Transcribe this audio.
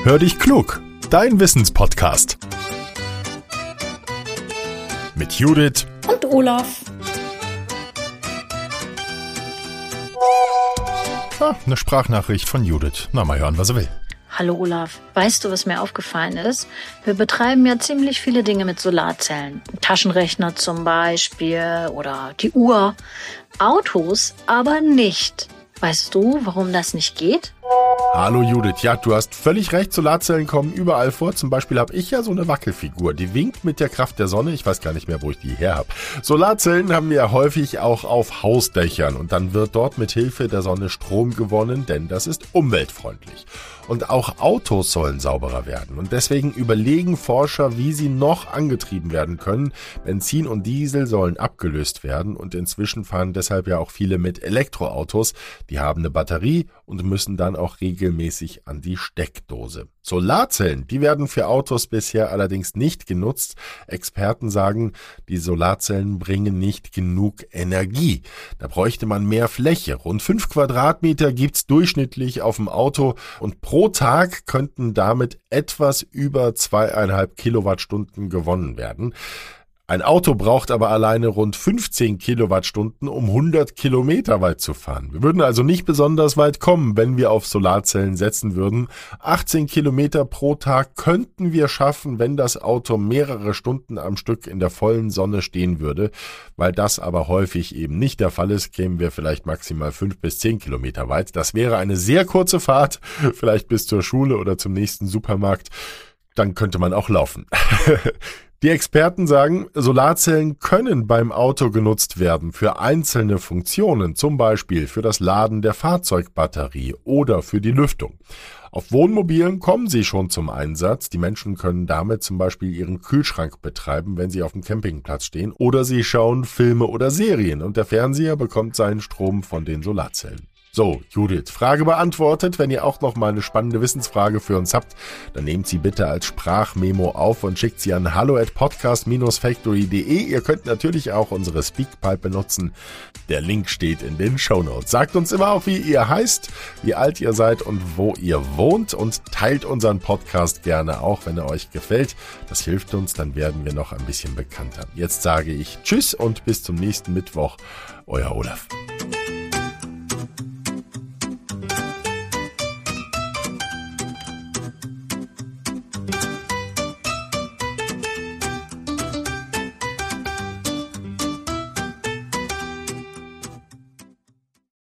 Hör dich klug, dein Wissenspodcast. Mit Judith und Olaf. Eine Sprachnachricht von Judith. Na, mal hören, was er will. Hallo Olaf, weißt du, was mir aufgefallen ist? Wir betreiben ja ziemlich viele Dinge mit Solarzellen. Taschenrechner zum Beispiel oder die Uhr. Autos aber nicht. Weißt du, warum das nicht geht? Hallo Judith, ja, du hast völlig recht, Solarzellen kommen überall vor. Zum Beispiel habe ich ja so eine Wackelfigur, die winkt mit der Kraft der Sonne. Ich weiß gar nicht mehr, wo ich die her habe. Solarzellen haben wir ja häufig auch auf Hausdächern und dann wird dort mit Hilfe der Sonne Strom gewonnen, denn das ist umweltfreundlich. Und auch Autos sollen sauberer werden und deswegen überlegen Forscher, wie sie noch angetrieben werden können. Benzin und Diesel sollen abgelöst werden und inzwischen fahren deshalb ja auch viele mit Elektroautos. Die haben eine Batterie und müssen dann auch regelmäßig an die Steckdose. Solarzellen, die werden für Autos bisher allerdings nicht genutzt. Experten sagen, die Solarzellen bringen nicht genug Energie. Da bräuchte man mehr Fläche. Rund 5 Quadratmeter gibt's durchschnittlich auf dem Auto und pro Tag könnten damit etwas über 2,5 Kilowattstunden gewonnen werden. Ein Auto braucht aber alleine rund 15 Kilowattstunden, um 100 Kilometer weit zu fahren. Wir würden also nicht besonders weit kommen, wenn wir auf Solarzellen setzen würden. 18 Kilometer pro Tag könnten wir schaffen, wenn das Auto mehrere Stunden am Stück in der vollen Sonne stehen würde. Weil das aber häufig eben nicht der Fall ist, kämen wir vielleicht maximal 5 bis 10 Kilometer weit. Das wäre eine sehr kurze Fahrt, vielleicht bis zur Schule oder zum nächsten Supermarkt. Dann könnte man auch laufen. Die Experten sagen, Solarzellen können beim Auto genutzt werden für einzelne Funktionen, zum Beispiel für das Laden der Fahrzeugbatterie oder für die Lüftung. Auf Wohnmobilen kommen sie schon zum Einsatz. Die Menschen können damit zum Beispiel ihren Kühlschrank betreiben, wenn sie auf dem Campingplatz stehen, oder sie schauen Filme oder Serien und der Fernseher bekommt seinen Strom von den Solarzellen. So, Judith, Frage beantwortet. Wenn ihr auch noch mal eine spannende Wissensfrage für uns habt, dann nehmt sie bitte als Sprachmemo auf und schickt sie an hallo@podcast-factory.de. Ihr könnt natürlich auch unsere Speakpipe benutzen. Der Link steht in den Shownotes. Sagt uns immer auch, wie ihr heißt, wie alt ihr seid und wo ihr wohnt und teilt unseren Podcast gerne auch, wenn er euch gefällt. Das hilft uns, dann werden wir noch ein bisschen bekannter. Jetzt sage ich Tschüss und bis zum nächsten Mittwoch. Euer Olaf.